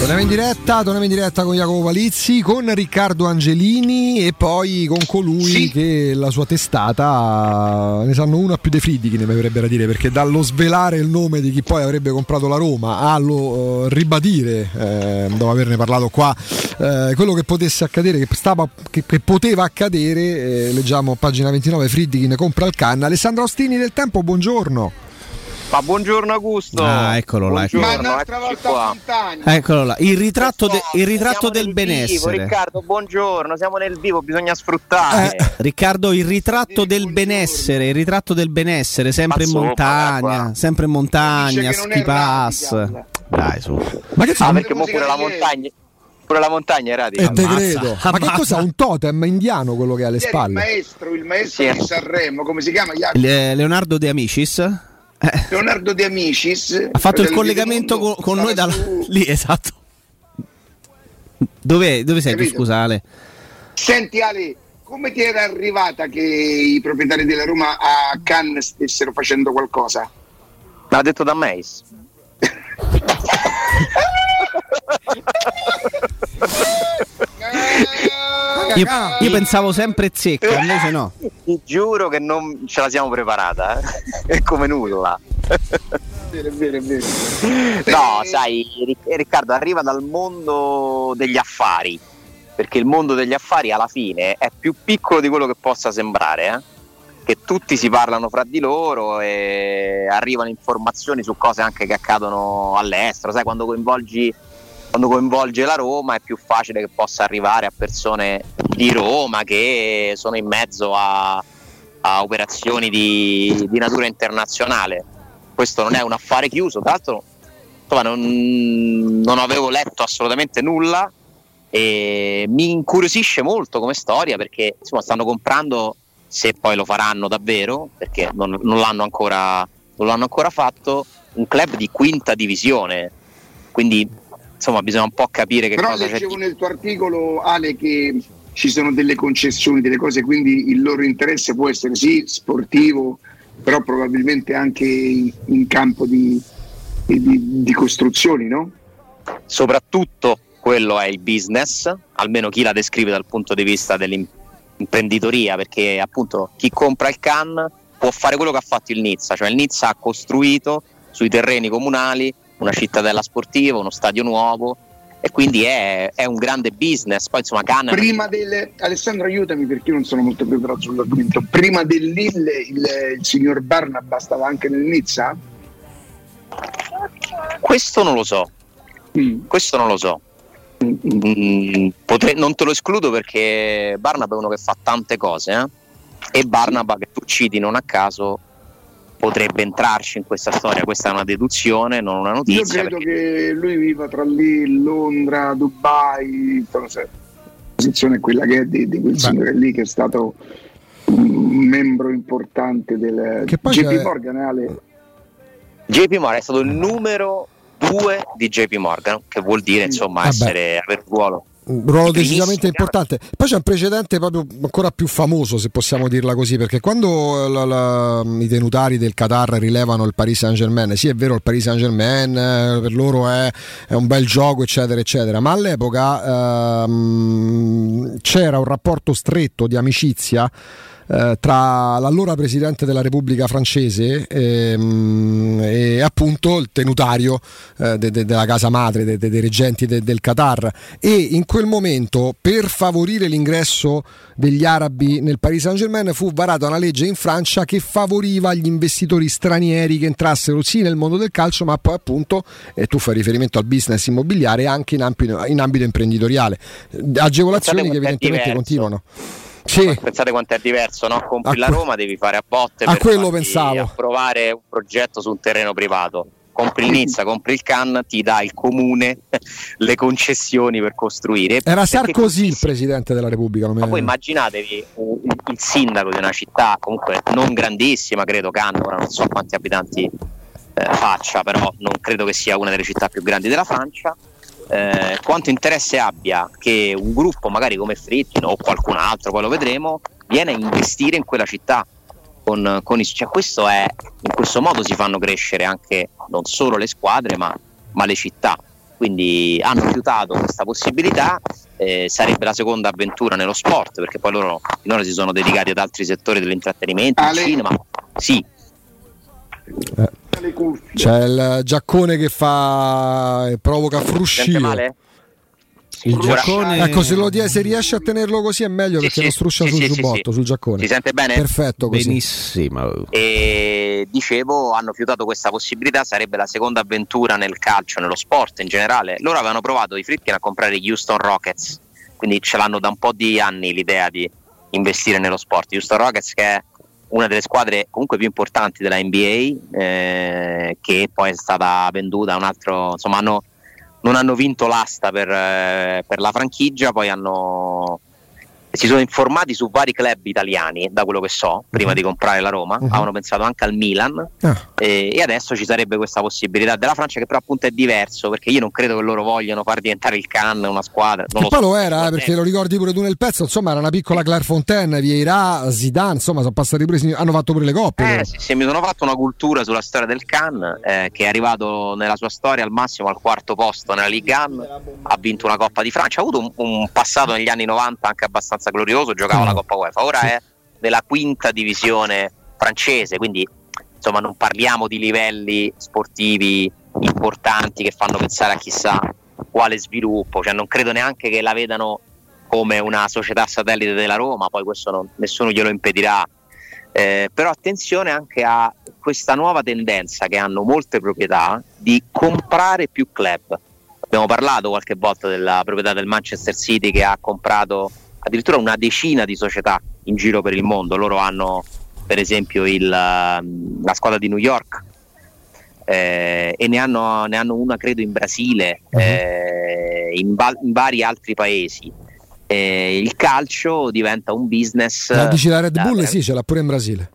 Torniamo in diretta con Jacopo Palizzi, con Riccardo Angelini e poi con colui che la sua testata ne sanno una più dei Friedkin, mi verrebbe da dire, perché dallo svelare il nome di chi poi avrebbe comprato la Roma allo ribadire, dopo averne parlato qua, quello che potesse accadere, che poteva accadere, leggiamo a pagina 29, Friedkin compra il Cannes. Alessandro Ostini del Tempo, buongiorno. Ma buongiorno Augusto. Eccolo là. Ma un'altra volta a Montagna. Eccolo là. Il ritratto del benessere. Vivo, Riccardo, buongiorno. Siamo nel vivo, bisogna sfruttare. Riccardo, il ritratto del benessere, sempre in montagna, ski pass. Dai, su. Ma che perché mo pure la montagna è radica. Te credo. Ma che cos'ha, un totem indiano quello che ha alle spalle? Il maestro di Sanremo, come si chiama? Leonardo De Amicis. Leonardo De Amicis ha fatto il collegamento con noi da lì, esatto. Dove sei tu, scusa Ale? Senti Ale, come ti era arrivata che i proprietari della Roma a Cannes stessero facendo qualcosa? L'ha detto da Meis. Io pensavo sempre zecca, invece no. Ti giuro che non ce la siamo preparata, è come nulla. È vero. No, sai, Riccardo arriva dal mondo degli affari, perché il mondo degli affari alla fine è più piccolo di quello che possa sembrare, che tutti si parlano fra di loro e arrivano informazioni su cose anche che accadono all'estero, sai, quando coinvolge la Roma è più facile che possa arrivare a persone di Roma che sono in mezzo a operazioni di natura internazionale. Questo non è un affare chiuso, tra l'altro non avevo letto assolutamente nulla e mi incuriosisce molto come storia, perché insomma stanno comprando, se poi lo faranno davvero, perché non l'hanno ancora fatto, un club di quinta divisione, quindi insomma bisogna un po' capire che cosa c'è. Però leggevo nel tuo articolo, Ale, che ci sono delle concessioni, delle cose, quindi il loro interesse può essere sì sportivo, però probabilmente anche in campo di costruzioni, no? Soprattutto quello è il business, almeno chi la descrive dal punto di vista dell'imprenditoria, perché appunto chi compra il Cannes può fare quello che ha fatto il Nizza, cioè il Nizza ha costruito sui terreni comunali una cittadella sportiva, uno stadio nuovo, e quindi è un grande business. Poi insomma Cannes, Alessandro, aiutami perché io non sono molto preparato sull'argomento. Prima del Lille il signor Barnaba stava anche nel Nizza? Questo non lo so. Non te lo escludo, perché Barnaba è uno che fa tante cose, e Barnaba, che tu citi non a caso, potrebbe entrarci in questa storia. Questa è una deduzione, non una notizia. Io credo che lui viva tra lì, Londra, Dubai, la posizione è quella che è di quel signore lì, che è stato un membro importante del JP Morgan. JP Morgan è stato il numero 2 di JP Morgan, che vuol dire insomma avere un ruolo decisamente importante. Poi c'è un precedente proprio ancora più famoso, se possiamo dirla così, perché quando i tenutari del Qatar rilevano il Paris Saint-Germain, sì è vero, il Paris Saint-Germain per loro è un bel gioco eccetera eccetera, ma all'epoca c'era un rapporto stretto di amicizia tra l'allora presidente della Repubblica francese e appunto il tenutario della casa madre dei reggenti del Qatar, e in quel momento, per favorire l'ingresso degli arabi nel Paris Saint-Germain, fu varata una legge in Francia che favoriva gli investitori stranieri che entrassero sì nel mondo del calcio, ma poi appunto, e tu fai riferimento al business immobiliare, anche in ambito imprenditoriale, agevolazioni che evidentemente continuano. Sì. Pensate quanto è diverso, no? Compri la Roma, devi fare a botte per quello approvare un progetto su un terreno privato. Compri il Nizza, compri il Cannes, ti dà il comune le concessioni per costruire. Era Sarkozy il presidente della Repubblica. Ma poi immaginatevi il sindaco di una città comunque non grandissima, credo Cannes, ora non so quanti abitanti faccia, però non credo che sia una delle città più grandi della Francia. Quanto interesse abbia che un gruppo magari come Friedkin o qualcun altro, poi lo vedremo, viene a investire in quella città cioè questo è, in questo modo si fanno crescere anche non solo le squadre ma le città, quindi hanno rifiutato questa possibilità. Sarebbe la seconda avventura nello sport, perché poi loro si sono dedicati ad altri settori dell'intrattenimento, il cinema. Sì. C'è il giaccone che provoca fruscio. Il giaccone, ecco, se riesce a tenerlo così è meglio, perché non struscia sul giubbotto, sul giaccone. Si sente bene? Perfetto, così. Benissimo. E dicevo, hanno fiutato questa possibilità, sarebbe la seconda avventura nel calcio, nello sport in generale. Loro avevano provato, i Friedkin, a comprare gli Houston Rockets, quindi ce l'hanno da un po' di anni l'idea di investire nello sport. Houston Rockets, che è una delle squadre comunque più importanti della NBA, che poi è stata venduta a un altro, insomma non hanno vinto l'asta per la franchigia, poi si sono informati su vari club italiani, da quello che so, prima di comprare la Roma, avevano pensato anche al Milan, e adesso ci sarebbe questa possibilità della Francia, che però appunto è diverso, perché io non credo che loro vogliano far diventare il Cannes una squadra. Non poi lo era, perché lo ricordi pure tu nel pezzo, insomma era una piccola Clairefontaine, Vieira, Zidane, insomma sono passati pure, hanno fatto pure le coppie. Sì, mi sono fatto una cultura sulla storia del Cannes, che è arrivato nella sua storia al massimo al quarto posto nella Ligue 1, ha vinto una Coppa di Francia, ha avuto un passato negli anni 90 anche abbastanza glorioso, giocava la Coppa UEFA, ora è nella quinta divisione francese, quindi insomma non parliamo di livelli sportivi importanti che fanno pensare a chissà quale sviluppo, cioè non credo neanche che la vedano come una società satellite della Roma, poi questo nessuno glielo impedirà, però attenzione anche a questa nuova tendenza che hanno molte proprietà di comprare più club. Abbiamo parlato qualche volta della proprietà del Manchester City, che ha comprato addirittura una decina di società in giro per il mondo. Loro hanno per esempio la squadra di New York, e ne hanno una credo in Brasile, in vari altri paesi. Il calcio diventa un business. Ma dici la Red Bull? Sì, ce l'ha pure in Brasile.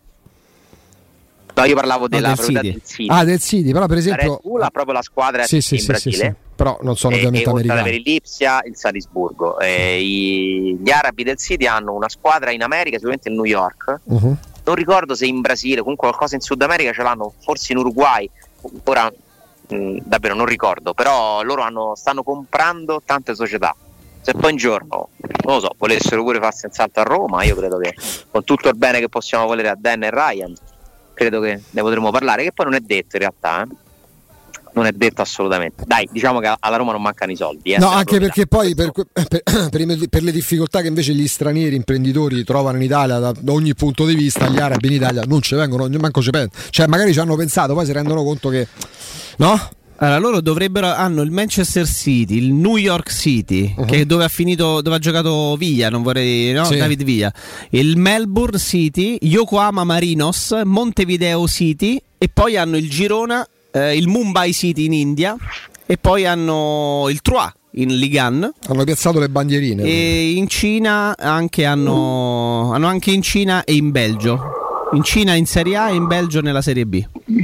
No, io parlavo della proprietà del City. Del City, però per esempio la Red Bull ha proprio la squadra in Brasile. Sì. Però non sono ovviamente americani. Per il Lipsia, il Salisburgo. Gli arabi del City hanno una squadra in America, sicuramente in New York. Non ricordo se in Brasile, comunque qualcosa in Sud America ce l'hanno, forse in Uruguay. Ora davvero non ricordo, però loro stanno comprando tante società. Se poi un giorno, non lo so, volessero pure farsi un salto a Roma, io credo che con tutto il bene che possiamo volere a Dan e Ryan, credo che ne potremo parlare, che poi non è detto in realtà, non è detto assolutamente. Dai, diciamo che alla Roma non mancano i soldi. No, anche perché poi per le difficoltà che invece gli stranieri imprenditori trovano in Italia da ogni punto di vista, gli arabi in Italia non ci vengono, manco ci pensano. Cioè magari ci hanno pensato, poi si rendono conto che no? Allora loro hanno il Manchester City, il New York City, che dove ha giocato Villa, sì. David Villa, il Melbourne City, Yokohama Marinos, Montevideo City, e poi hanno il Girona, il Mumbai City in India, e poi hanno il Troyes in Ligue 1. Hanno piazzato le bandierine. E in Cina hanno anche in Cina e in Belgio. In Cina in Serie A e in Belgio nella Serie B.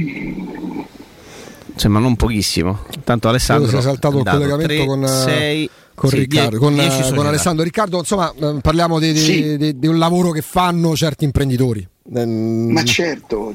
Sembra non pochissimo. Tanto Alessandro si è saltato il collegamento 3, con Riccardo, con Alessandro. Riccardo, insomma, parliamo di un lavoro che fanno certi imprenditori. Ma certo.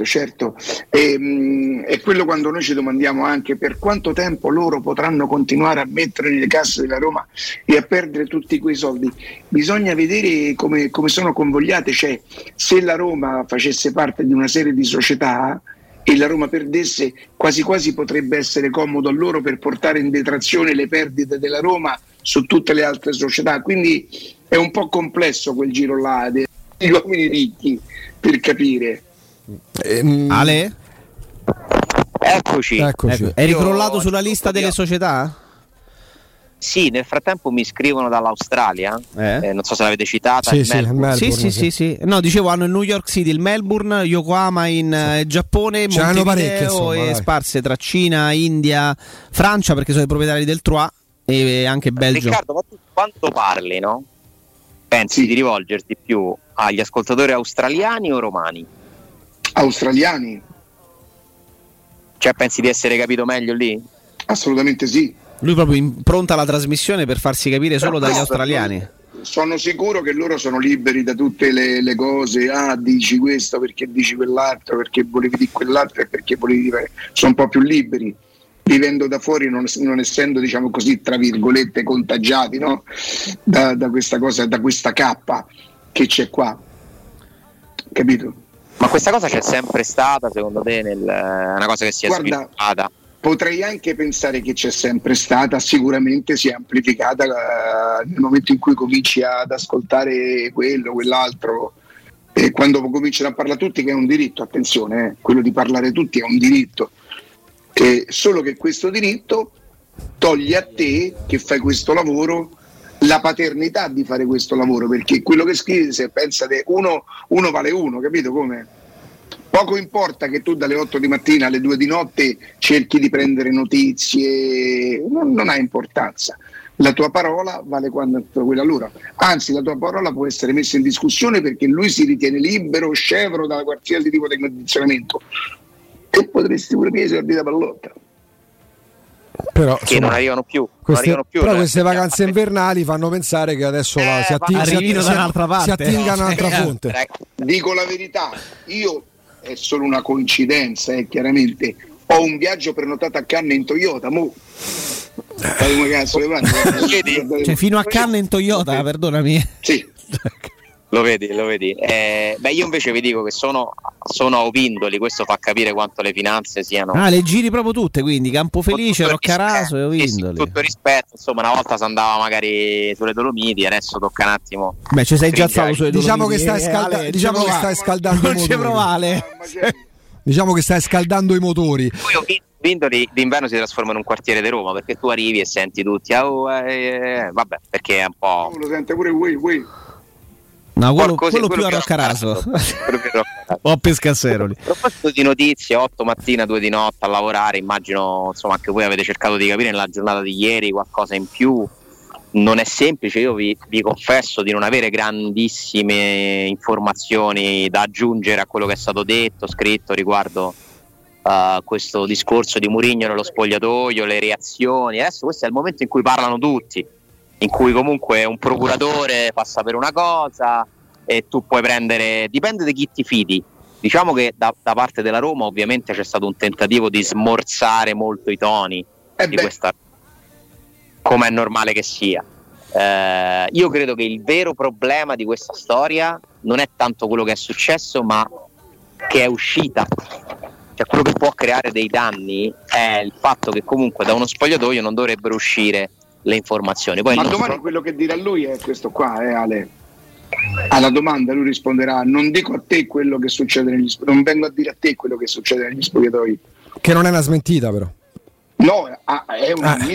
È quello quando noi ci domandiamo anche per quanto tempo loro potranno continuare a mettere nelle casse della Roma e a perdere tutti quei soldi. Bisogna vedere come sono convogliate, cioè se la Roma facesse parte di una serie di società e la Roma perdesse, quasi quasi potrebbe essere comodo a loro per portare in detrazione le perdite della Roma su tutte le altre società, quindi è un po' complesso quel giro là degli uomini ricchi per capire. Ale? Eccoci. È ricrollato sulla lista delle società? Sì, nel frattempo mi scrivono dall'Australia, non so se l'avete citata. Sì. No, dicevo, hanno il New York City, il Melbourne, Yokohama in Giappone, Montevideo e sparse tra Cina, India, Francia, perché sono i proprietari del Troyes, e anche Belgio. Riccardo, ma tu quando parli, no? Pensi di rivolgerti più agli ascoltatori australiani o romani? Australiani. Cioè pensi di essere capito meglio lì? Assolutamente sì. Lui proprio impronta la trasmissione per farsi capire solo dagli australiani. Sono sicuro che loro sono liberi da tutte le cose. Dici questo perché dici quell'altro, perché volevi dire quell'altro e perché volevi dire. Sono un po' più liberi. vivendo da fuori, non essendo, diciamo così, tra virgolette, contagiati, no? da questa cosa, da questa cappa che c'è qua, capito? Ma questa cosa c'è sempre stata, secondo te, è una cosa che si è sviluppata? Potrei anche pensare che c'è sempre stata, sicuramente si è amplificata nel momento in cui cominci ad ascoltare quello, quell'altro, e quando cominciano a parlare tutti, che è un diritto, attenzione, quello di parlare tutti è un diritto, solo che questo diritto toglie a te, che fai questo lavoro, la paternità di fare questo lavoro, perché quello che scrivi, se pensa che uno vale uno, capito come? Poco importa che tu dalle 8 di mattina alle 2 di notte cerchi di prendere notizie, non ha importanza. La tua parola vale quanto quella loro. Anzi, la tua parola può essere messa in discussione perché lui si ritiene libero, scevro da qualsiasi tipo di condizionamento. E potresti pure piacere da pallotta. Però, che non arrivano più. Però queste vacanze invernali fanno pensare che adesso si attingano da un'altra fonte. Dico la verità, io è solo una coincidenza, chiaramente ho un viaggio prenotato a Cannes in Toyota, cioè fino a Cannes in Toyota, perdonami. Sì. Lo vedi. Io invece vi dico che sono a Opindoli, questo fa capire quanto le finanze siano. Le giri proprio tutte, quindi Campofelice, Roccaraso e Opindoli. Tutto rispetto, insomma, una volta si andava magari sulle Dolomiti, adesso tocca un attimo. Beh, ci sei già stato sulle Dolomiti. Diciamo che stai scaldando i motori. Diciamo che stai scaldando i motori. Poi Opindoli d'inverno si trasforma in un quartiere di Roma, perché tu arrivi e senti tutti vabbè, perché è un po'. Lo sente pure voi. No, quello più a Roccaraso o a Pescasseroli. A proposito di notizie, 8 mattina 2 di notte a lavorare, immagino insomma anche voi avete cercato di capire nella giornata di ieri qualcosa in più. Non è semplice, io vi confesso di non avere grandissime informazioni da aggiungere a quello che è stato detto, scritto riguardo questo discorso di Mourinho nello spogliatoio, le reazioni. Adesso questo è il momento in cui parlano tutti, in cui comunque un procuratore passa per una cosa e tu puoi prendere, dipende da chi ti fidi. Diciamo che da parte della Roma ovviamente c'è stato un tentativo di smorzare molto i toni di questa, come è normale che sia. Io credo che il vero problema di questa storia non è tanto quello che è successo, ma che è uscita. Cioè, quello che può creare dei danni è il fatto che comunque da uno spogliatoio non dovrebbero uscire le informazioni. Poi domani quello che dirà lui è questo qua, Ale. Alla domanda lui risponderà: non dico a te quello che succede non vengo a dire a te quello che succede negli spogliatoi. Che non è una smentita, però. No, è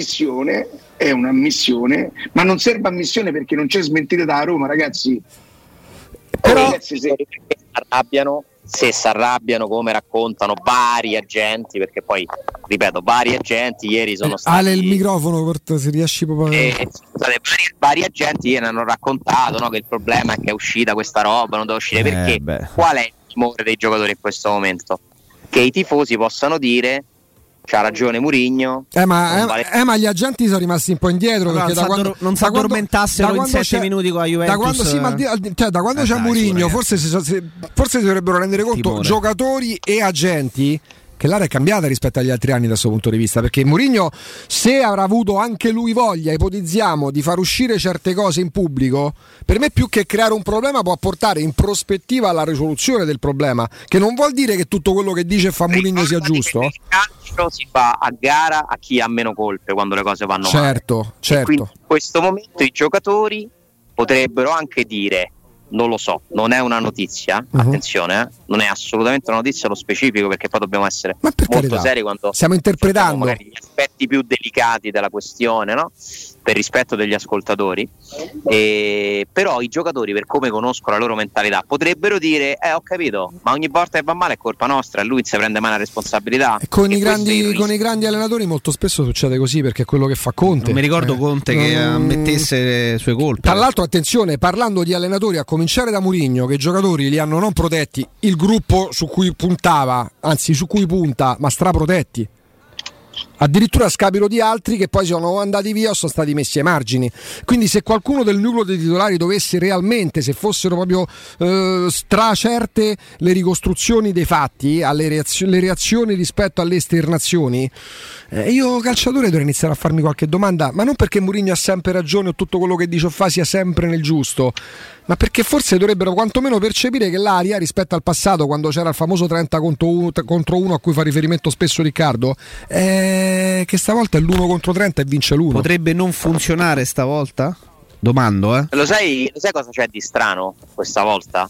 un'ammissione, ma non serve ammissione perché non c'è smentita da Roma, ragazzi. Però ragazzi, se si arrabbiano come raccontano vari agenti, perché poi ripeto, vari agenti ieri sono stati. Ale il microfono, se riesci proprio. Scusate, vari agenti ieri hanno raccontato, no, che il problema è che è uscita questa roba, non deve uscire perché. Qual è il timore dei giocatori in questo momento? Che i tifosi possano dire: c'ha ragione Mourinho. Ma gli agenti sono rimasti un po' indietro, perché non si addormentassero in 7 minuti con la Juventus. Da quando c'è Mourinho, forse si dovrebbero rendere conto giocatori e agenti che l'area è cambiata rispetto agli altri anni da questo punto di vista, perché Mourinho, se avrà avuto anche lui voglia, ipotizziamo, di far uscire certe cose in pubblico, per me più che creare un problema può portare in prospettiva alla risoluzione del problema, che non vuol dire che tutto quello che dice e fa Mourinho sia giusto. Il calcio si fa a gara a chi ha meno colpe quando le cose vanno male. Certo. Quindi in questo momento i giocatori potrebbero anche dire: non lo so, non è una notizia, attenzione, non è assolutamente una notizia lo specifico, perché poi dobbiamo essere molto seri quando stiamo interpretando gli aspetti più delicati della questione, no? Per rispetto degli ascoltatori, però i giocatori, per come conosco la loro mentalità, potrebbero dire: ho capito, ma ogni volta che va male è colpa nostra e lui non si prende mai la responsabilità. E con i grandi allenatori molto spesso succede così, perché è quello che fa Conte. Non mi ricordo Conte che ammettesse le sue colpe. Tra l'altro, attenzione, parlando di allenatori, a cominciare da Mourinho, che i giocatori li hanno non protetti, il gruppo su cui puntava, anzi su cui punta, ma straprotetti. addirittura a scapito di altri che poi sono andati via o sono stati messi ai margini. Quindi se qualcuno del nucleo dei titolari dovesse realmente, se fossero proprio stracerte le ricostruzioni dei fatti, alle le reazioni rispetto alle esternazioni, io calciatore dovrei iniziare a farmi qualche domanda, ma non perché Mourinho ha sempre ragione o tutto quello che dice o fa sia sempre nel giusto, ma perché forse dovrebbero quantomeno percepire che l'aria rispetto al passato, quando c'era il famoso 30 contro 1 a cui fa riferimento spesso Riccardo, che stavolta è l'1 contro 30 e vince l'1. Potrebbe non funzionare stavolta? Domando, Lo sai cosa c'è di strano questa volta?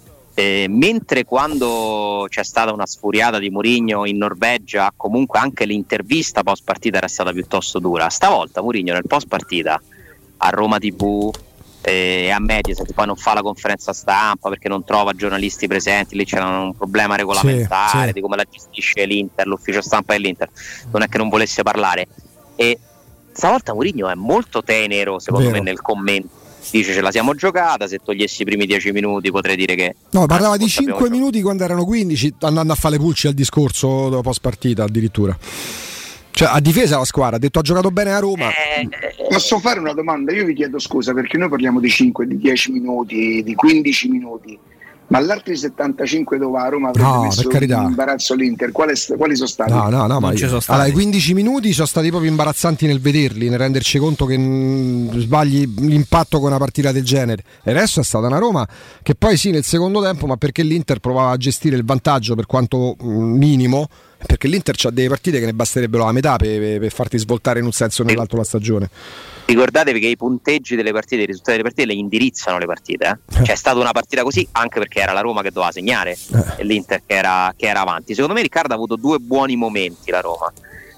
Mentre quando c'è stata una sfuriata di Mourinho in Norvegia, comunque anche l'intervista post partita era stata piuttosto dura. Stavolta Mourinho nel post partita a Roma TV e a Mediaset poi non fa la conferenza stampa perché non trova giornalisti presenti, lì c'era un problema regolamentare di come la gestisce l'Inter, l'ufficio stampa dell'Inter, non è che non volesse parlare, e stavolta Mourinho è molto tenero secondo me nel commento. Dice ce la siamo giocata, se togliessi i primi 10 minuti potrei dire che... No, parlava di 5 minuti quando erano 15, andando a fare le pulci al discorso dopo post partita addirittura. Cioè a difesa la squadra, ha detto ha giocato bene a Roma. Posso fare una domanda? Io vi chiedo scusa perché noi parliamo di 5, di 10 minuti, di 15 minuti, ma l'altri 75 dove a Roma avrebbe messo in imbarazzo l'Inter, quali sono stati? No, ma i 15 minuti sono stati proprio imbarazzanti nel vederli, nel renderci conto che sbagli l'impatto con una partita del genere. E il resto è stata una Roma che poi sì nel secondo tempo, ma perché l'Inter provava a gestire il vantaggio per quanto minimo, perché l'Inter c'ha delle partite che ne basterebbero la metà per farti svoltare in un senso o nell'altro la stagione. Ricordatevi che i punteggi delle partite, i risultati delle partite le indirizzano le partite. C'è stata una partita così anche perché era la Roma che doveva segnare e l'Inter che era avanti. Secondo me Riccardo ha avuto 2 buoni momenti la Roma,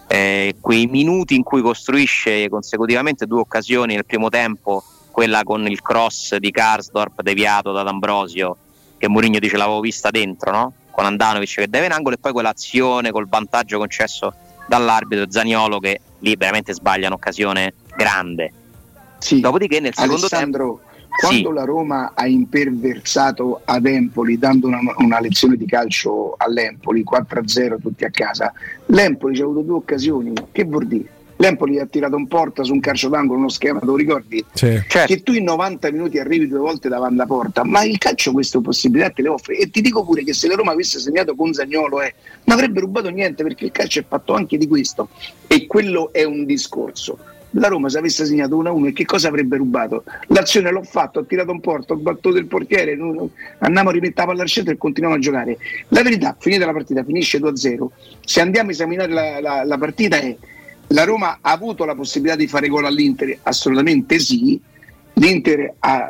quei minuti in cui costruisce consecutivamente 2 occasioni nel primo tempo, quella con il cross di Karsdorp deviato da D'Ambrosio che Mourinho dice l'avevo vista dentro, no? Con Andanovic che deve in angolo, e poi quell'azione col vantaggio concesso dall'arbitro Zaniolo che lì veramente sbaglia un'occasione grande. Sì. Dopodiché nel secondo tempo quando la Roma ha imperversato ad Empoli dando una lezione di calcio all'Empoli 4-0 tutti a casa, l'Empoli ci ha avuto 2 occasioni. Che vuol dire? L'Empoli ha tirato in porta su un calcio d'angolo, uno schema, te lo ricordi? Sì. Che tu in 90 minuti arrivi 2 volte davanti alla porta, ma il calcio queste possibilità te le offre. E ti dico pure che se la Roma avesse segnato con Zaniolo non avrebbe rubato niente, perché il calcio è fatto anche di questo, e quello è un discorso. La Roma se avesse segnato 1-1 che cosa avrebbe rubato? L'azione l'ho fatto, ho tirato in porta, ho battuto il portiere, andiamo a rimettere la palla al centro e continuiamo a giocare. La verità, finita la partita, finisce 2-0, se andiamo a esaminare la partita la Roma ha avuto la possibilità di fare gol all'Inter? Assolutamente sì. L'Inter ha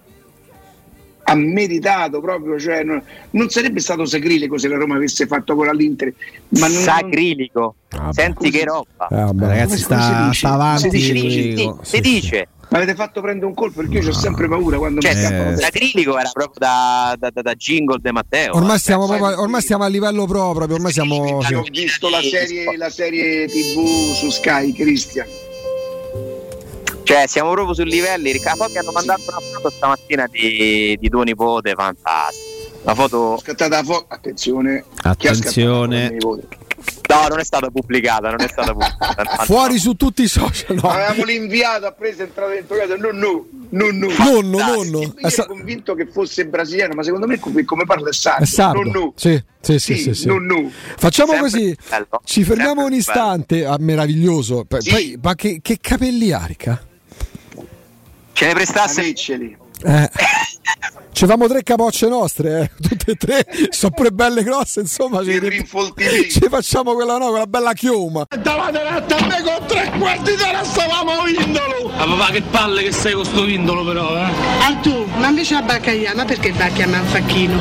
meritato proprio, cioè non sarebbe stato sacrilico se la Roma avesse fatto gol all'Inter, ma sacrilico. Senti che roba, ragazzi, sta avanti, si dice. Mi avete fatto prendere un colpo perché io ho sempre paura quando mi scappano. Sacrilico era proprio da jingle De Matteo. Ormai stiamo a livello proprio, ormai siamo. Ho visto la serie TV su Sky, Cristian. Cioè siamo proprio sui livelli. Poi mi hanno mandato una foto stamattina di tuo nipote, fantastica. La foto scattata la foto. Attenzione. No, non è stata pubblicata. Fuori su tutti i social. No. Avevamo l'inviato, ha preso, è entrato dentro casa. Nonno. Io convinto che fosse brasiliano, ma secondo me come parla è sardo. È sardo. Sì. Nonno. Facciamo sempre così. Bello. Ci fermiamo un istante. Meraviglioso. Sì. Poi, ma che capelli arica? Ce ne prestasse. Ci famo 3 capocce nostre, tutte e 3 sono pure belle grosse, insomma ci facciamo quella bella chioma. Davate retta a me con 3 quarti d'ora stavamo vindolo. Ma papà che palle che sei con sto vindolo però, Ah tu, ma invece la baccagliana perché va a chiamare un facchino?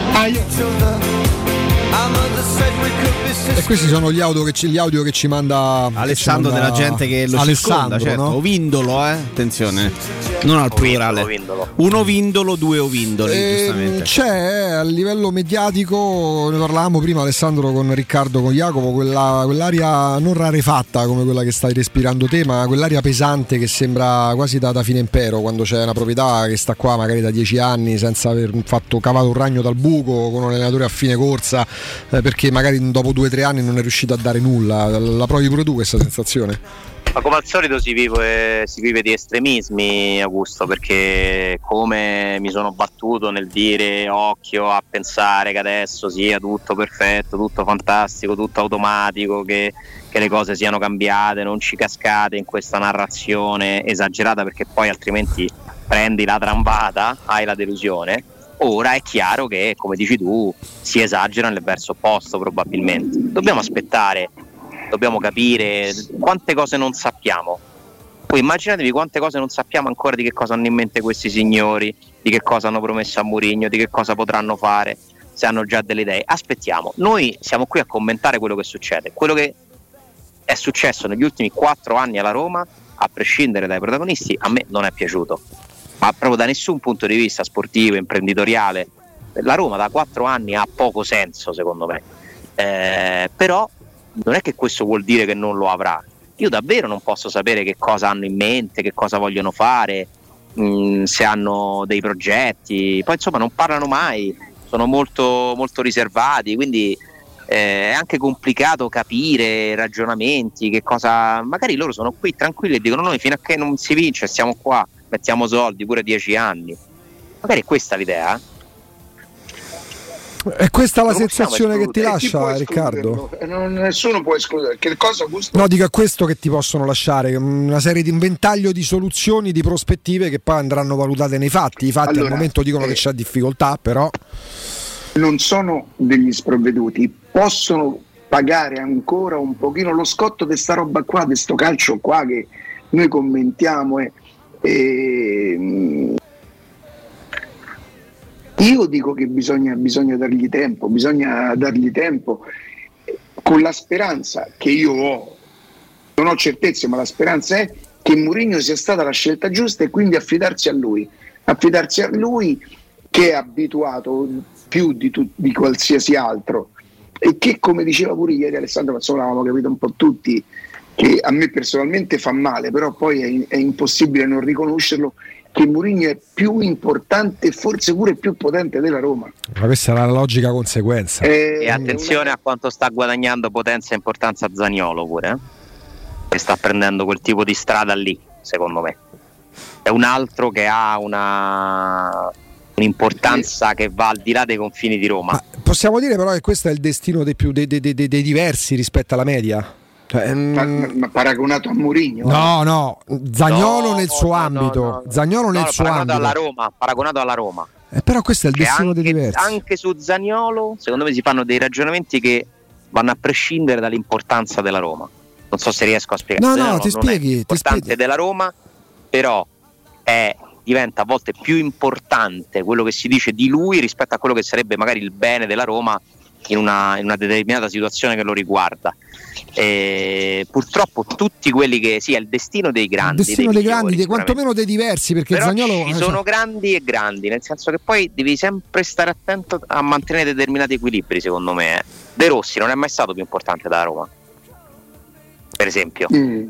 E questi sono gli audio che ci manda Alessandro, della gente che lo circonda, certo. No? Ovindolo, attenzione, non al plurale. Un ovindolo, 2 ovindoli, giustamente. C'è a livello mediatico, ne parlavamo prima Alessandro con Riccardo, con Jacopo, quell'aria non rarefatta come quella che stai respirando te, ma quell'aria pesante che sembra quasi da fine impero, quando c'è una proprietà che sta qua magari da 10 anni senza aver cavato un ragno dal buco, con un allenatore a fine corsa perché magari dopo 2 o 3 anni non è riuscito a dare nulla. La provi pure tu questa sensazione? Ma come al solito si vive di estremismi, Augusto, perché come mi sono battuto nel dire occhio a pensare che adesso sia tutto perfetto, tutto fantastico, tutto automatico, che le cose siano cambiate, non ci cascate in questa narrazione esagerata, perché poi altrimenti prendi la trambata, hai la delusione. Ora è chiaro che, come dici tu, si esagera nel verso opposto probabilmente. Dobbiamo aspettare, dobbiamo capire quante cose non sappiamo. Poi immaginatevi quante cose non sappiamo ancora di che cosa hanno in mente questi signori, di che cosa hanno promesso a Mourinho, di che cosa potranno fare, se hanno già delle idee. Aspettiamo, noi siamo qui a commentare quello che succede, quello che è successo negli ultimi 4 anni alla Roma, a prescindere dai protagonisti, a me non è piaciuto, ma proprio da nessun punto di vista sportivo, imprenditoriale. La Roma da 4 anni ha poco senso secondo me, però non è che questo vuol dire che non lo avrà. Io davvero non posso sapere che cosa hanno in mente, che cosa vogliono fare, se hanno dei progetti. Poi insomma non parlano mai, sono molto, molto riservati, quindi è anche complicato capire ragionamenti, che cosa. Magari loro sono qui tranquilli e dicono noi fino a che non si vince stiamo qua, mettiamo soldi pure 10 anni. Magari è questa l'idea, È questa la sensazione che ti lascia, Riccardo? Nessuno può escludere. Che cosa, Augusto? No, dico, è questo che ti possono lasciare, una serie di un ventaglio di soluzioni, di prospettive che poi andranno valutate nei fatti. I fatti allora, al momento dicono che c'è difficoltà, però non sono degli sprovveduti, possono pagare ancora un pochino lo scotto di sta roba qua, di sto calcio qua che noi commentiamo io dico che bisogna dargli tempo, con la speranza che io ho, non ho certezze, ma la speranza è che Mourinho sia stata la scelta giusta e quindi affidarsi a lui che è abituato più di qualsiasi altro e che, come diceva pure ieri Alessandro Mazzola, avevamo capito un po' tutti, che a me personalmente fa male, però poi è impossibile non riconoscerlo, che Mourinho è più importante, forse pure più potente della Roma. Ma questa è la logica conseguenza. E attenzione a quanto sta guadagnando potenza e importanza Zaniolo pure, che sta prendendo quel tipo di strada lì, secondo me. È un altro che ha un'importanza che va al di là dei confini di Roma. Ma possiamo dire però che questo è il destino dei diversi rispetto alla media? Ma paragonato a Mourinho? No, Zaniolo nel suo ambito. Zaniolo nel suo ambito. Paragonato alla Roma. Però questo è il destino dei diversi. Anche su Zaniolo, secondo me, si fanno dei ragionamenti che vanno a prescindere dall'importanza della Roma. Non so se riesco a spiegare. No, ti spieghi. L'importante della Roma, però diventa a volte più importante quello che si dice di lui rispetto a quello che sarebbe magari il bene della Roma in una determinata situazione che lo riguarda. Purtroppo tutti quelli che è il destino dei grandi, quantomeno dei diversi, perché però Zaniolo ci sono grandi e grandi, nel senso che poi devi sempre stare attento a mantenere determinati equilibri, secondo me. De Rossi non è mai stato più importante della Roma, per esempio.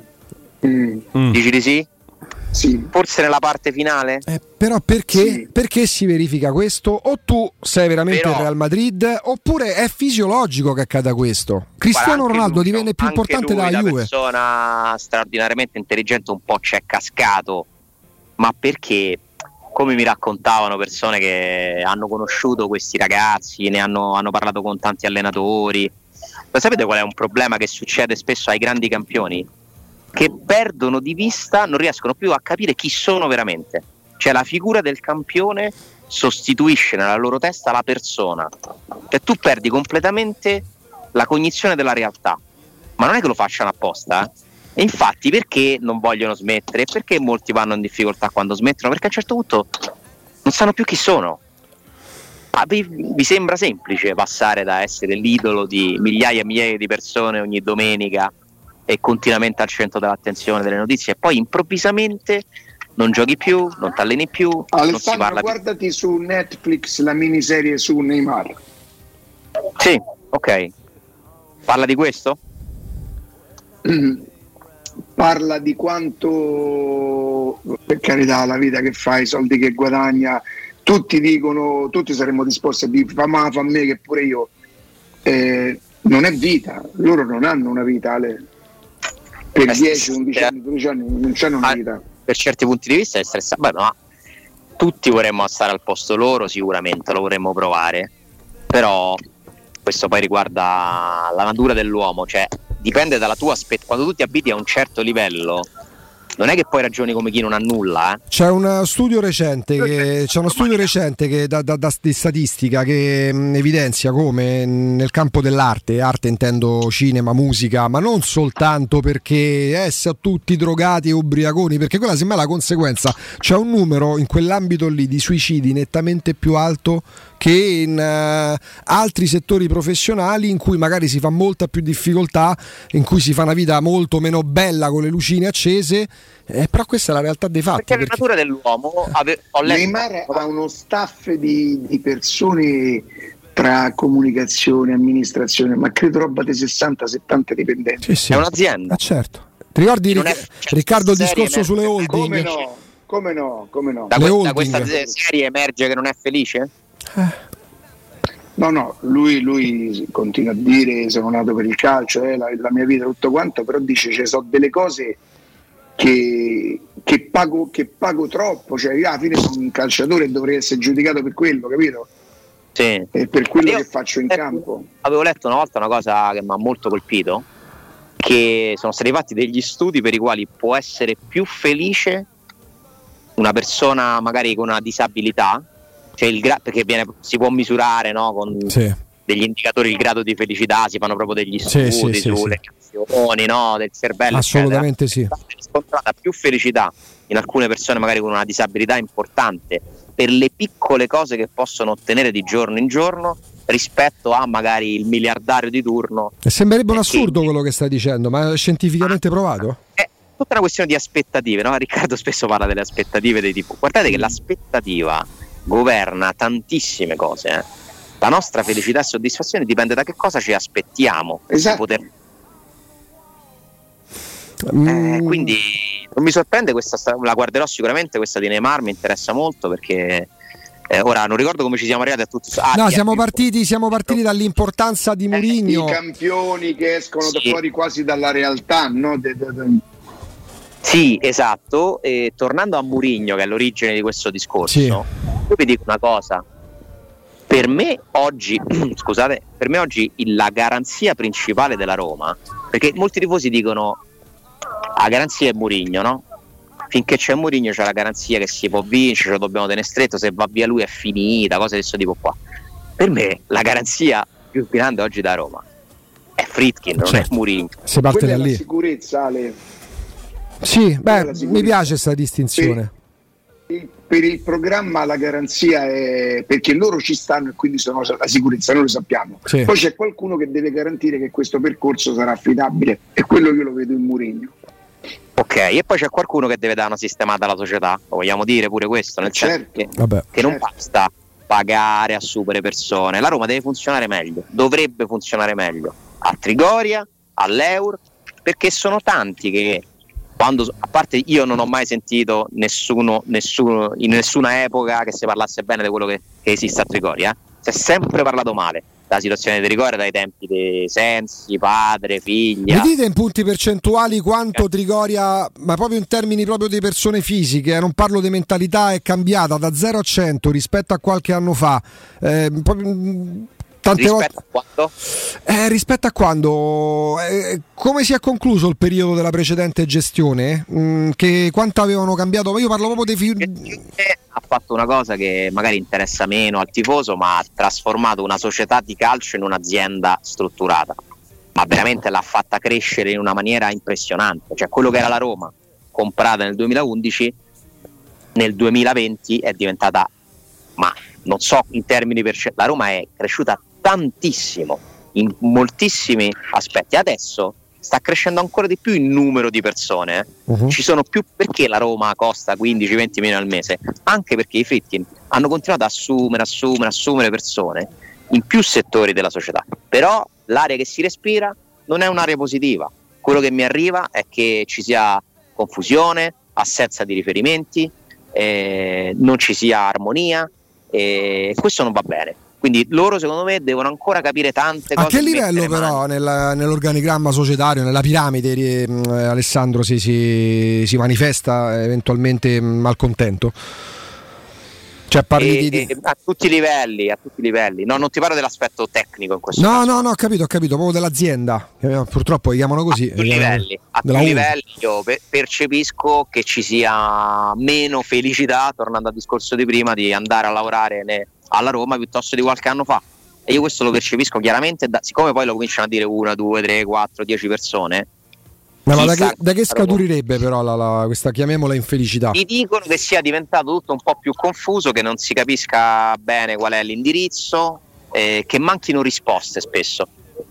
Dici di sì? Sì. Forse nella parte finale? Però perché si verifica questo? O tu sei veramente il Real Madrid, oppure è fisiologico che accada questo? Cristiano Ronaldo divenne più importante dalla Juve. Una persona straordinariamente intelligente, un po' c'è cascato, ma perché, come mi raccontavano persone che hanno conosciuto questi ragazzi, ne hanno parlato con tanti allenatori, ma sapete qual è un problema che succede spesso ai grandi campioni? Che perdono di vista, non riescono più a capire chi sono veramente. Cioè la figura del campione sostituisce nella loro testa la persona. Cioè tu perdi completamente la cognizione della realtà. Ma non è che lo facciano apposta, E infatti perché non vogliono smettere? Perché molti vanno in difficoltà quando smettono? Perché a un certo punto non sanno più chi sono. Ma vi sembra semplice passare da essere l'idolo di migliaia e migliaia di persone ogni domenica e continuamente al centro dell'attenzione delle notizie, e poi improvvisamente non giochi più, non ti alleni più, Alessandro, non si parla guardati più su Netflix la miniserie su Neymar. Sì, ok. Parla di questo? Parla di quanto, per carità, la vita che fa, i soldi che guadagna, tutti dicono, tutti saremmo disposti a dire fa me che pure io non è vita, loro non hanno una vita, per 10, 11 anni, 12 anni non c'hanno una vita. Per certi punti di vista è stressante, ma tutti vorremmo stare al posto loro, sicuramente lo vorremmo provare, però questo poi riguarda la natura dell'uomo, cioè dipende dalla tua quando tu ti abiti a un certo livello. Non è che poi ragioni come chi non ha nulla. C'è uno studio recente che di statistica che evidenzia come nel campo dell'arte, arte intendo cinema, musica, ma non soltanto perché sono tutti drogati e ubriaconi, perché quella semmai è la conseguenza. C'è un numero in quell'ambito lì di suicidi nettamente più alto che in altri settori professionali in cui magari si fa molta più difficoltà, in cui si fa una vita molto meno bella con le lucine accese, però questa è la realtà dei fatti. Perché la natura dell'uomo Neymar ha uno staff di persone tra comunicazione, amministrazione, ma credo roba di 60-70 dipendenti. Sì. È un'azienda. Certo. Ti ricordi Riccardo il discorso sulle holding? Come no? Da questa serie emerge che non è felice? No, lui continua a dire sono nato per il calcio, la mia vita tutto quanto, però dice ci sono delle cose che pago troppo, cioè io alla fine sono un calciatore e dovrei essere giudicato per quello, capito? Sì. E per quello che faccio in campo. Avevo letto una volta una cosa che mi ha molto colpito, che sono stati fatti degli studi per i quali può essere più felice una persona magari con una disabilità, cioè perché si può misurare, no, con degli indicatori il grado di felicità, si fanno proprio degli studi sulle reazioni, no, del cervello. Assolutamente eccetera. Sì. È riscontrata più felicità in alcune persone magari con una disabilità importante per le piccole cose che possono ottenere di giorno in giorno rispetto a magari il miliardario di turno. E sembrerebbe un assurdo quello che stai dicendo, ma è scientificamente provato? È tutta una questione di aspettative, no? Riccardo spesso parla delle aspettative dei tipo. Guardate che l'aspettativa governa tantissime cose. La nostra felicità e soddisfazione dipende da che cosa ci aspettiamo. Esatto. Quindi non mi sorprende la guarderò sicuramente questa di Neymar, mi interessa molto perché ora non ricordo come ci siamo arrivati a tutti. Siamo partiti dall'importanza di Mourinho, i campioni che escono fuori quasi dalla realtà, no? Sì, esatto. E tornando a Mourinho, che è l'origine di questo discorso, io vi dico una cosa. Per me oggi la garanzia principale della Roma, perché molti tifosi dicono la garanzia è Mourinho, no? Finché c'è Mourinho c'è la garanzia che si può vincere, ce lo dobbiamo tenere stretto, se va via lui è finita, cose di questo tipo qua. Per me la garanzia più grande oggi da Roma è Friedkin, non è Mourinho. Si parte da lì. La sicurezza, Ale. Sì, mi piace questa distinzione. Per il programma la garanzia è perché loro ci stanno e quindi sono la sicurezza, noi lo sappiamo. Poi c'è qualcuno che deve garantire che questo percorso sarà affidabile e quello io lo vedo in Mourinho. Ok, e poi c'è qualcuno che deve dare una sistemata alla società, lo vogliamo dire pure questo, nel senso che non basta pagare a super persone, la Roma deve funzionare meglio, dovrebbe funzionare meglio a Trigoria, all'Eur, perché sono tanti che a parte io non ho mai sentito nessuno in nessuna epoca che si parlasse bene di quello che esiste a Trigoria, si è sempre parlato male della situazione di Trigoria dai tempi dei Sensi, padre, figlia. Mi dite in punti percentuali quanto Trigoria, ma proprio in termini proprio di persone fisiche, non parlo di mentalità, è cambiata da 0 a 100 rispetto a qualche anno fa, tante volte rispetto a quando come si è concluso il periodo della precedente gestione, che quanto avevano cambiato, io parlo proprio dei ha fatto una cosa che magari interessa meno al tifoso, ma ha trasformato una società di calcio in un'azienda strutturata, ma veramente l'ha fatta crescere in una maniera impressionante, cioè quello che era la Roma comprata nel 2011 nel 2020 è diventata, ma non so in termini la Roma è cresciuta tantissimo in moltissimi aspetti, adesso sta crescendo ancora di più il numero di persone, ci sono più, perché la Roma costa 15-20 milioni al mese, anche perché i Friedkin hanno continuato ad assumere persone in più settori della società, però l'aria che si respira non è un'area positiva, quello che mi arriva è che ci sia confusione, assenza di riferimenti, non ci sia armonia, e questo non va bene. Quindi loro secondo me devono ancora capire tante cose. A che livello però nell'organigramma societario, nella piramide, Alessandro, si manifesta eventualmente malcontento? Cioè parli a tutti i livelli. No, non ti parlo dell'aspetto tecnico in questo caso. No, ho capito, proprio dell'azienda. Purtroppo li chiamano così. A più livelli io percepisco che ci sia meno felicità, tornando al discorso di prima, di andare a lavorare alla Roma piuttosto di qualche anno fa. E io questo lo percepisco chiaramente, siccome poi lo cominciano a dire 1, 2, 3, 4, 10 persone. Ma da che scaturirebbe però questa, chiamiamola, infelicità? Mi dicono che sia diventato tutto un po' più confuso, che non si capisca bene qual è l'indirizzo, che manchino risposte spesso.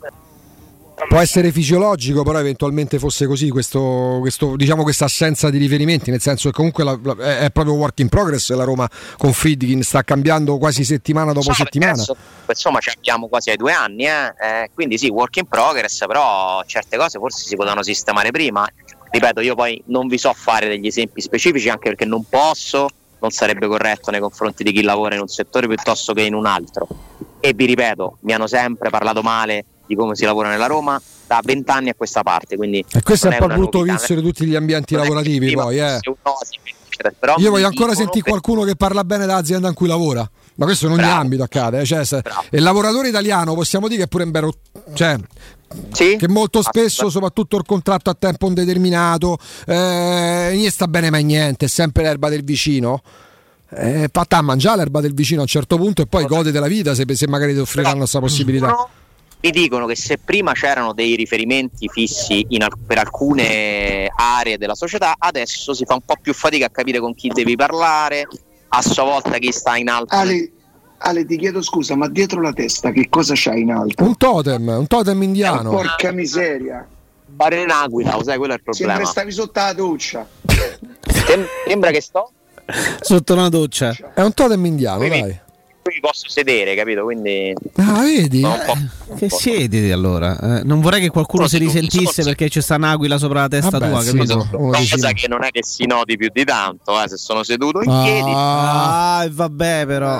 Può essere fisiologico, però eventualmente fosse così questo diciamo, questa assenza di riferimenti, nel senso che comunque è proprio work in progress. La Roma con Friedkin sta cambiando quasi settimana dopo settimana. Adesso, insomma, ci abbiamo quasi ai 2 anni, quindi sì, work in progress, però certe cose forse si potevano sistemare prima. Ripeto, io poi non vi so fare degli esempi specifici, anche perché non posso, non sarebbe corretto nei confronti di chi lavora in un settore piuttosto che in un altro. E vi ripeto, mi hanno sempre parlato male di come si lavora nella Roma da 20 anni a questa parte, quindi e questo è un po' il brutto vizio di tutti gli ambienti lavorativi poi però io voglio ancora sentire qualcuno che parla bene dell'azienda in cui lavora, ma questo in ogni ambito accade, cioè il lavoratore italiano possiamo dire che è pure un vero, cioè sì, che molto spesso, soprattutto il contratto a tempo indeterminato, non sta bene mai niente, è sempre l'erba del vicino. Fatta a mangiare l'erba del vicino a un certo punto e poi gode della vita se magari ti offriranno questa possibilità. Mi dicono che se prima c'erano dei riferimenti fissi per alcune aree della società, adesso si fa un po' più fatica a capire con chi devi parlare, a sua volta chi sta in alto. Ale, ti chiedo scusa, ma dietro la testa che cosa c'hai in alto? Un totem indiano. Porca miseria. Fare in aquila, lo sai, quello è il problema. Sembra stavi sotto la doccia. Sembra che sto sotto una doccia. È un totem indiano, quindi, dai. Qui posso sedere, capito? Quindi vedi? Che siediti allora? Non vorrei che qualcuno si risentisse perché c'è sta un'aquila sopra la testa tua, capito? Cosa che non è che si noti più di tanto, se sono seduto in piedi. Vabbè, però.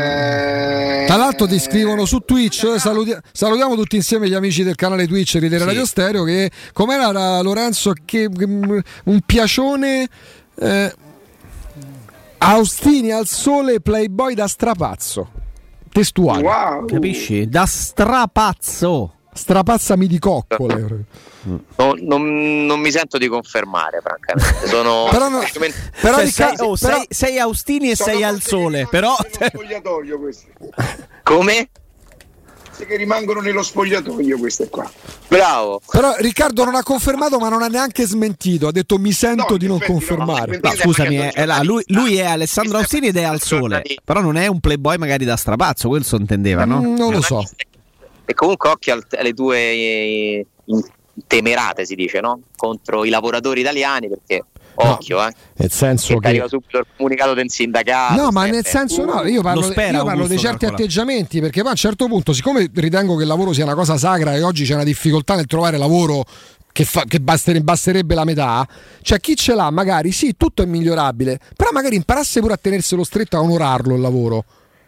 Tra l'altro ti scrivono su Twitch, salutiamo tutti insieme gli amici del canale Twitch Ridere Radio Stereo, che com'era Lorenzo, che un piacione Austini al sole, Playboy da strapazzo. Testuale. Wow. Capisci? Da strapazzami di coccole. Non mi sento di confermare, francamente. Però sei Austini e sei al sole, però spogliatoio questi. Come? Che rimangono nello spogliatoio queste qua. Bravo. Però Riccardo non ha confermato, ma non ha neanche smentito, ha detto mi sento di non confermare. No, scusami, lui è Alessandro Austini ed è al sole, però non è un playboy magari da strapazzo, quello intendeva, no? Non lo so. E comunque occhio alle tue temerate, si dice, no? Contro i lavoratori italiani, perché occhio, nel senso che arriva subito il comunicato del sindacato. No, ma nel senso io parlo dei certi atteggiamenti, perché poi a un certo punto, siccome ritengo che il lavoro sia una cosa sacra e oggi c'è una difficoltà nel trovare lavoro che basterebbe la metà, cioè chi ce l'ha magari sì, tutto è migliorabile, però magari imparasse pure a tenerselo stretto, a onorarlo il lavoro.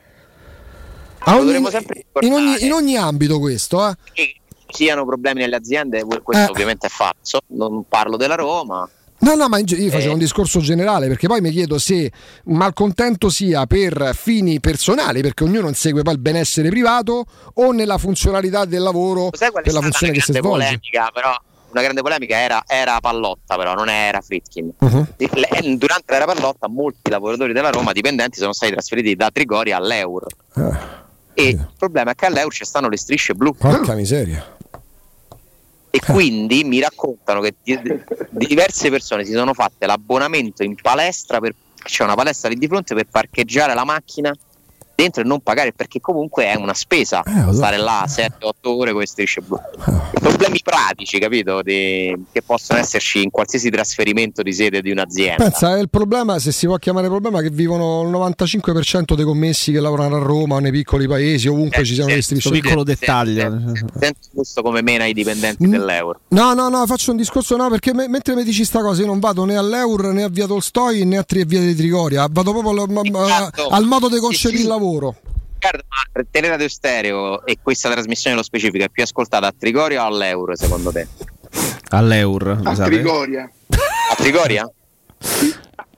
In ogni ambito questo, Che siano problemi nelle aziende, questo ovviamente è falso, non parlo della Roma. No, ma io facevo un discorso generale, perché poi mi chiedo se un malcontento sia per fini personali, perché ognuno insegue poi il benessere privato, o nella funzionalità del lavoro, per la funzione che si svolge. Polemica, però, una grande polemica era Pallotta, però non era Friedkin. Durante l'era Pallotta molti lavoratori della Roma dipendenti sono stati trasferiti da Trigoria all'Eur. E il problema è che all'Eur ci stanno le strisce blu. Porca miseria. E quindi mi raccontano che diverse persone si sono fatte l'abbonamento in palestra, c'è una palestra lì di fronte, per parcheggiare la macchina dentro e non pagare, perché comunque è una spesa stare là 7-8 ore con le strisce blu. Problemi pratici, capito, che possono esserci in qualsiasi trasferimento di sede di un'azienda. Pensa, è il problema, se si può chiamare problema, che vivono il 95% dei commessi che lavorano a Roma o nei piccoli paesi, ovunque ci siano le strisce blu. Piccolo dettaglio. Sento questo come mena i dipendenti dell'Eur. No, faccio un discorso, perché mentre mi dici sta cosa io non vado né all'Eur né a Via Tolstoi né a Via di Trigoria, vado proprio al modo di concepire il lavoro. Riccardo, ma Teleradio Stereo e questa trasmissione nello specifico è più ascoltata a Trigoria o all'Euro secondo te? All'Euro, a Trigoria. A Trigoria? Sì.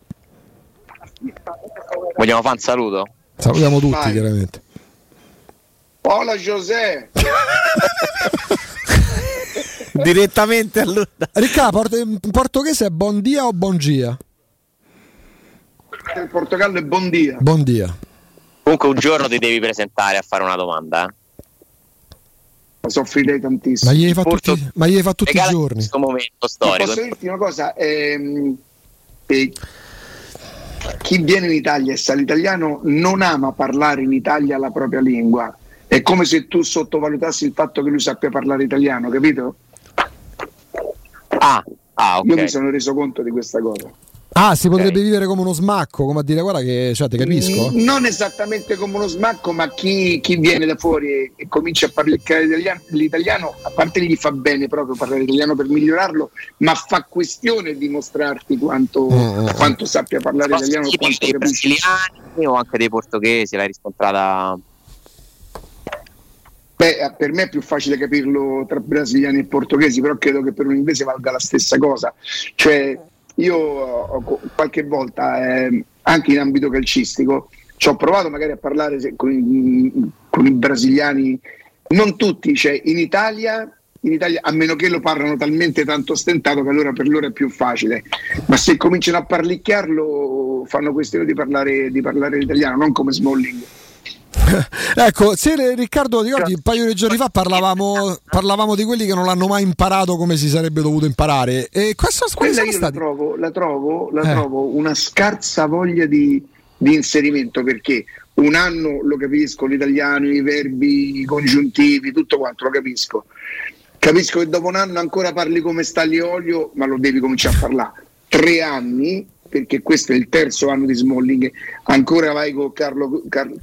Vogliamo fare un saluto? Salutiamo tutti, chiaramente. Hola José. Direttamente allora. Riccardo, in portoghese è bon dia o bon dia? Il Portogallo è bon dia. Bon dia. Comunque un giorno ti devi presentare a fare una domanda. Soffrirei tantissimo. Ma gli hai fatto tutti i giorni. In questo momento storico. Posso dirti una cosa? Chi viene in Italia e sa l'italiano non ama parlare in Italia la propria lingua. È come se tu sottovalutassi il fatto che lui sappia parlare italiano, capito? Ok. Io mi sono reso conto di questa cosa. Si potrebbe vivere come uno smacco, come a dire guarda che ti capisco. Non esattamente come uno smacco, ma chi viene da fuori e comincia a parlare l'italiano, a parte gli fa bene proprio parlare italiano per migliorarlo, ma fa questione di mostrarti quanto sappia parlare italiano. Quanto dei brasiliani o anche dei portoghesi l'hai riscontrata? Beh, per me è più facile capirlo tra brasiliani e portoghesi, però credo che per un inglese valga la stessa cosa. Cioè, io qualche volta, anche in ambito calcistico, ci ho provato magari a parlare con i brasiliani, non tutti, cioè in Italia, a meno che lo parlano talmente tanto stentato che allora per loro è più facile, ma se cominciano a parlicchiarlo fanno questione di parlare l'italiano, non come Smalling. Ecco, se Riccardo ricordi un paio di giorni fa parlavamo di quelli che non l'hanno mai imparato come si sarebbe dovuto imparare, e quella io la trovo una scarsa voglia di inserimento, perché un anno lo capisco l'italiano, i verbi, i congiuntivi, tutto quanto lo capisco che dopo un anno ancora parli come Stagliolio, ma lo devi cominciare a parlare 3 anni, perché questo è il terzo anno di Smalling, ancora vai con Carlo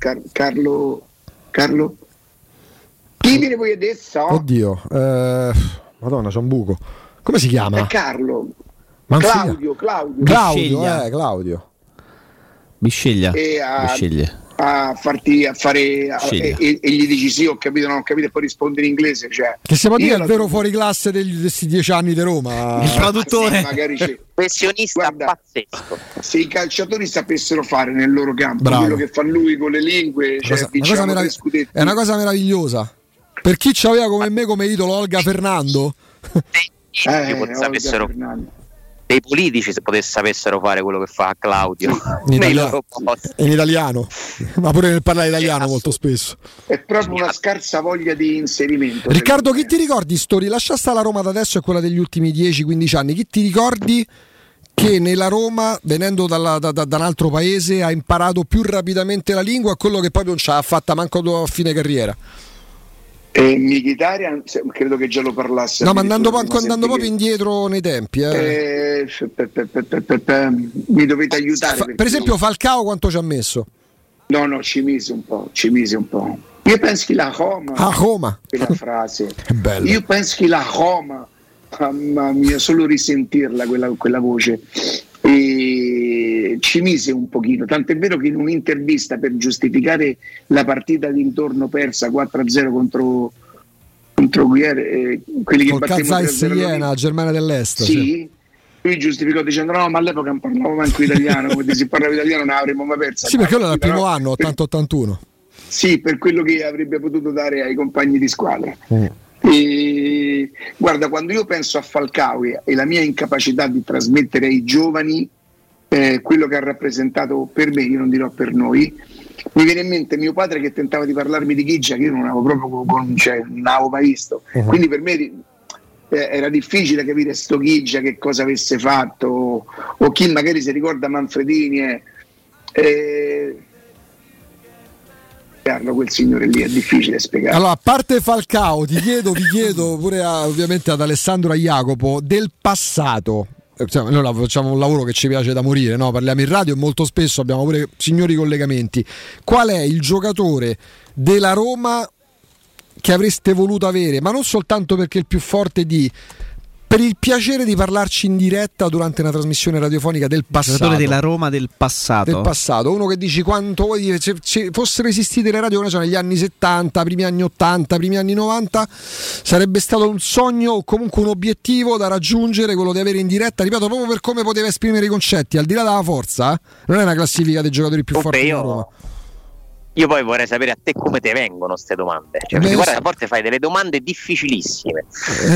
chi viene poi adesso? Oddio, madonna, c'è un buco, come si chiama? È Carlo. Claudio Bisceglia a fare e gli dici sì, ho capito, non ho capito, e poi rispondi in inglese, cioè, che si può dire il vero fuori classe di questi 10 anni di Roma, il traduttore, magari professionista pazzesco. Se i calciatori sapessero fare nel loro campo quello che fa lui con le lingue, è una cosa meravigliosa per chi c'aveva come me come idolo Olga Fernando. Sapessero dei politici se sapessero fare quello che fa Claudio in italiano, ma pure nel parlare italiano molto spesso. È proprio una scarsa voglia di inserimento. Riccardo, chi ti ricordi storie? Lascia stare la Roma da adesso e quella degli ultimi 10-15 anni. Chi ti ricordi che nella Roma, venendo da un altro paese, ha imparato più rapidamente la lingua e quello che poi non ce l'ha fatta manco a fine carriera? Mkhitaryan, credo che già lo parlasse. No, ma andando proprio indietro nei tempi. Mi dovete aiutare. Per esempio Falcao quanto ci ha messo? No, ci mise un po'. Io penso che la Roma. Quella frase. È bello. Io penso che la Roma, mamma mia, solo risentirla quella voce. E ci mise un pochino, tant'è vero che in un'intervista per giustificare la partita di ritorno persa 4-0 contro quelli che battevano 3-0 Siena, Germania dell'Est, sì. Lui giustificò dicendo no, ma all'epoca non parlavo manco italiano, come se parlava italiano non avremmo mai persa. Sì, perché quello era il primo anno, 80-81. Sì, per quello che avrebbe potuto dare ai compagni di squadra. E guarda, quando io penso a Falcao e la mia incapacità di trasmettere ai giovani quello che ha rappresentato per me, io non dirò per noi, mi viene in mente mio padre che tentava di parlarmi di Ghigia, che io non avevo proprio non avevo mai visto, quindi per me era difficile capire sto Ghigia che cosa avesse fatto, o chi magari si ricorda Manfredini quel signore lì è difficile spiegare. Allora, a parte Falcao, vi chiedo pure ovviamente ad Alessandro e a Jacopo del passato. Noi facciamo un lavoro che ci piace da morire, no? Parliamo in radio e molto spesso abbiamo pure signori collegamenti. Qual è il giocatore della Roma che avreste voluto avere, ma non soltanto perché è il più forte per il piacere di parlarci in diretta durante una trasmissione radiofonica del passato, della Roma del passato, uno che dici quanto vuoi dire, se fossero esistite le radio negli anni 70, primi anni 80, primi anni 90, sarebbe stato un sogno o comunque un obiettivo da raggiungere, quello di avere in diretta, ripeto, proprio per come poteva esprimere i concetti, al di là della forza, non è una classifica dei giocatori più forti di Roma. Io poi vorrei sapere a te come te vengono queste domande. Cioè, perché guarda, a volte fai delle domande difficilissime.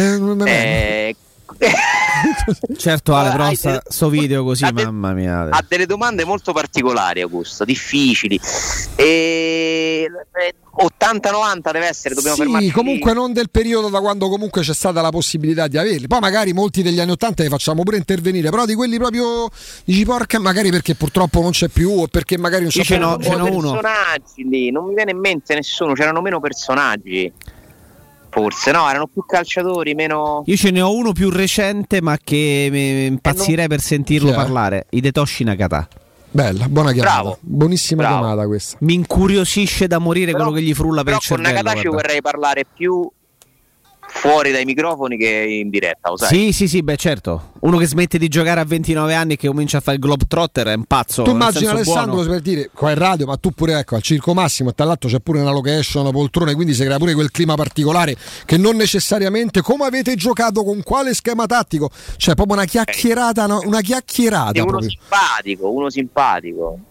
Certo, Ale, però sto video così, mamma mia. Ha delle domande molto particolari, Augusto, difficili. E 80-90 deve essere, dobbiamo fermarci. Sì, comunque non del periodo da quando comunque c'è stata la possibilità di averli. Poi magari molti degli anni 80 li facciamo pure intervenire, però di quelli proprio dici porca, magari perché purtroppo non c'è più o perché magari non c'è più. C'è uno. Personaggi lì, non mi viene in mente nessuno, c'erano meno personaggi. Forse no, erano più calciatori, meno. Io ce ne ho uno più recente, ma che mi impazzirei per sentirlo parlare. Hidetoshi Nakata. Bella, buona chiamata. Bravo. Buonissima chiamata questa. Mi incuriosisce da morire quello che gli frulla per il cervello. Con Nakata ci vorrei parlare più fuori dai microfoni che in diretta, lo sai? Sì, beh certo. Uno che smette di giocare a 29 anni e che comincia a fare il Globetrotter è un pazzo. Tu immagini Alessandro per dire qua in radio, ma tu pure ecco al Circo Massimo e tra l'altro c'è pure una location, una poltrone, quindi si crea pure quel clima particolare che non necessariamente come avete giocato, con quale schema tattico, cioè proprio una chiacchierata, una chiacchierata. Uno simpatico.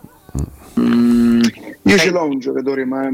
Io ce l'ho un giocatore, ma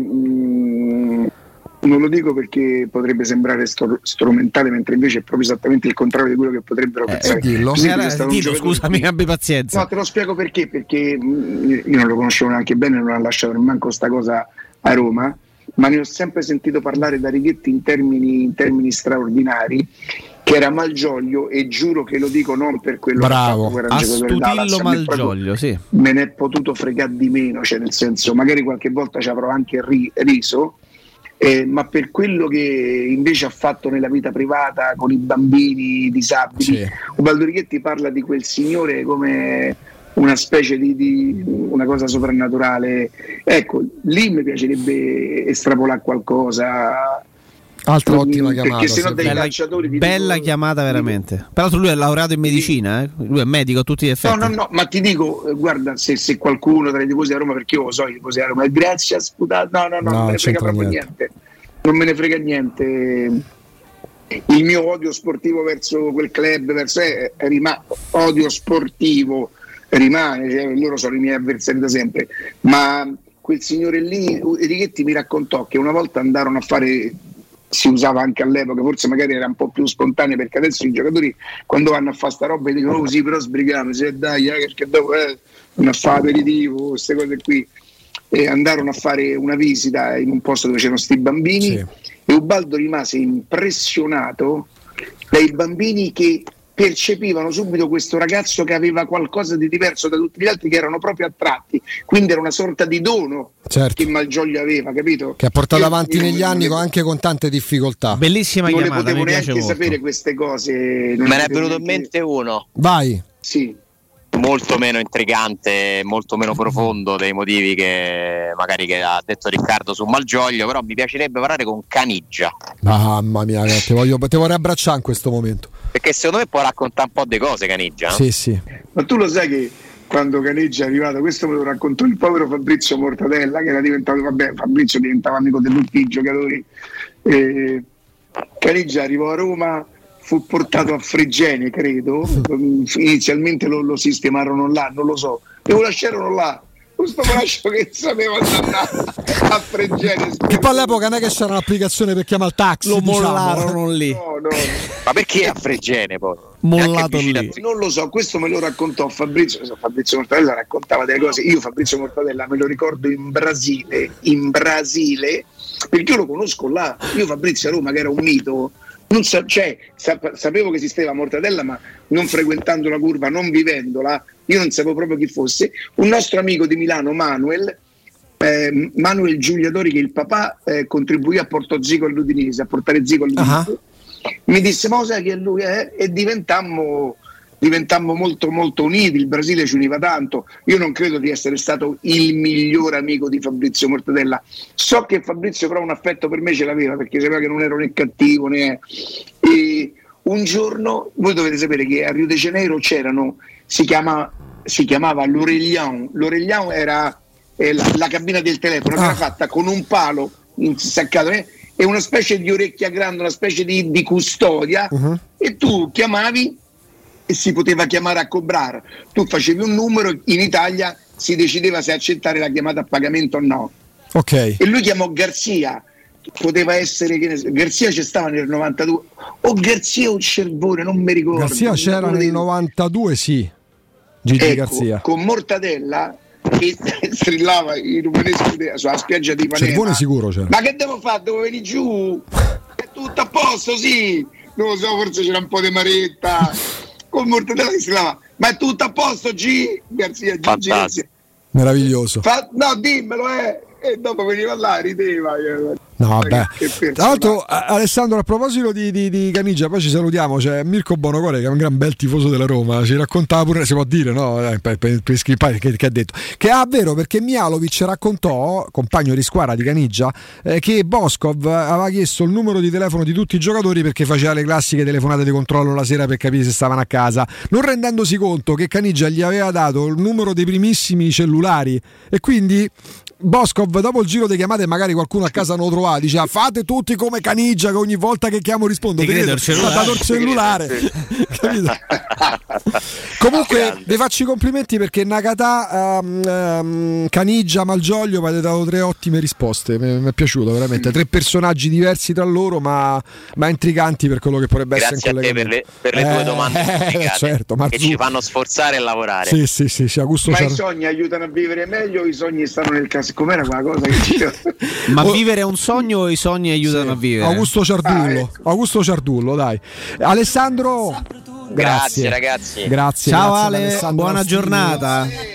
non lo dico perché potrebbe sembrare strumentale, mentre invece è proprio esattamente il contrario di quello che potrebbero pensare. Dillo, scusami, abbi pazienza. No, te lo spiego perché io non lo conoscevo neanche bene, non ha lasciato nemmeno sta cosa a Roma, ma ne ho sempre sentito parlare da Righetti in termini straordinari, che era Malgioglio, e giuro che lo dico non per quello che era un giocatore Stutillo Malgioglio, sì. Me ne è potuto fregare di meno, cioè nel senso magari qualche volta ci avrò anche riso, ma per quello che invece ha fatto nella vita privata con i bambini disabili. Sì. Ubaldo Righetti parla di quel signore come una specie di una cosa soprannaturale. Ecco, lì mi piacerebbe estrapolare qualcosa. Altra ottima chiamata, perché sennò dei calciatori bella chiamata veramente. Peraltro lui è laureato in medicina, lui è medico a tutti gli effetti. No, ma ti dico, guarda, se qualcuno tra i tifosi a Roma, perché io lo so i tifosi a Roma, grazie a sputato, no, non me ne frega proprio niente. Non me ne frega niente. Il mio odio sportivo verso quel club, odio sportivo rimane, cioè, loro sono i miei avversari da sempre, ma quel signore lì, Righetti mi raccontò che una volta andarono a fare, si usava anche all'epoca, forse magari era un po' più spontaneo, perché adesso i giocatori quando vanno a fare sta roba dicono oh sì, però sbrighiamoci, dai, perché dopo vanno a fare aperitivo, queste cose qui, e andarono a fare una visita in un posto dove c'erano sti bambini, sì. E Ubaldo rimase impressionato dai bambini che percepivano subito questo ragazzo che aveva qualcosa di diverso da tutti gli altri, che erano proprio attratti, quindi era una sorta di dono, certo, che Malgioglio aveva, capito? Che ha portato avanti negli anni anche con tante difficoltà. Bellissima non chiamata, non le potevo neanche molto sapere queste cose. Me ne è venuto in mente uno. Vai. Sì. Molto meno intrigante, molto meno profondo dei motivi che magari che ha detto Riccardo su Malgioglio, però mi piacerebbe parlare con Caniggia. Mamma mia, te vorrei abbracciare in questo momento. Perché secondo me può raccontare un po' di cose Caniggia. No? Sì. Ma tu lo sai che quando Caniggia è arrivato, questo me lo raccontò il povero Fabrizio Mortadella, che era diventato, Fabrizio diventava amico di tutti i giocatori. Caniggia arrivò a Roma, fu portato a Fregene, credo. Inizialmente lo sistemarono là, non lo so, e lo lasciarono là. Questo braccio che sapeva andare a Fregene. Che poi all'epoca non è che c'era un'applicazione per chiamare il taxi, lo mollarono lì. No. Ma perché a Fregene poi? Mollato lì. Non lo so, questo me lo raccontò Fabrizio Mortadella, raccontava delle cose. Io Fabrizio Mortadella me lo ricordo in Brasile, perché io lo conosco là. Io Fabrizio a Roma, che era un mito, sapevo che esisteva Mortadella, ma non frequentando la curva, non vivendola, io non sapevo proprio chi fosse. Un nostro amico di Milano, Manuel Giuliatori, che il papà contribuì a portare Zico all'Udinese, mi disse ma sai che lui è, e diventammo molto molto uniti. Il Brasile ci univa tanto. Io non credo di essere stato il miglior amico di Fabrizio Mortadella, so che Fabrizio però un affetto per me ce l'aveva, perché sapeva che non ero né cattivo e un giorno, voi dovete sapere che a Rio de Janeiro si chiamava l'Orelhão. L'Orelhão era la cabina del telefono, che era fatta con un palo insaccato e una specie di orecchia grande, una specie di custodia, e tu chiamavi e si poteva chiamare a cobrare. Tu facevi un numero, in Italia si decideva se accettare la chiamata a pagamento o no. Ok. E lui chiamò Garzia, poteva essere Garzia, c'è stava nel 92 o Garzia o Cervone, non mi ricordo. Garzia c'era nel 92, sì. Gigi Garzia con Mortadella che strillava in romanesco sulla spiaggia di Ipanema. Cervone sicuro c'era. Ma che devo fare? Devo venire giù? È tutto a posto, sì. Non lo so, forse c'era un po' di maretta. Con Mortadella che strillava. Ma è tutto a posto, G? Garzia, Garzia. Meraviglioso. No, dimmelo, e dopo veniva là, rideva. No, vabbè. Tra l'altro, Alessandro, a proposito di Caniggia, poi ci salutiamo. C'è Mirko Bonocore, che è un gran bel tifoso della Roma. Ci raccontava pure, si può dire, no? Per scrippare che ha detto. Che è vero, perché Mialovic raccontò, compagno di squadra di Caniggia, che Boskov aveva chiesto il numero di telefono di tutti i giocatori perché faceva le classiche telefonate di controllo la sera per capire se stavano a casa, non rendendosi conto che Caniggia gli aveva dato il numero dei primissimi cellulari, e quindi Boskov, dopo il giro di chiamate, magari qualcuno a casa non lo trovava, diceva fate tutti come Caniggia che ogni volta che chiamo rispondo. Ti credo, ha dato il cellulare. Comunque vi faccio i complimenti perché Nakata, Caniggia, Malgioglio mi avete dato 3 ottime risposte. Mi è piaciuto veramente, 3 personaggi diversi tra loro ma intriganti per quello che potrebbe essere un collegamento. Grazie a te per le tue domande certo, che ci fanno sforzare e lavorare. Sì, Augusto. Ma i sogni aiutano a vivere meglio, i sogni stanno nel caso. Com'era quella cosa che ma vivere è un sogno o i sogni aiutano a vivere? Augusto Ciardullo, dai. Alessandro, grazie ragazzi. Grazie. Ciao grazie Ale, buona giornata.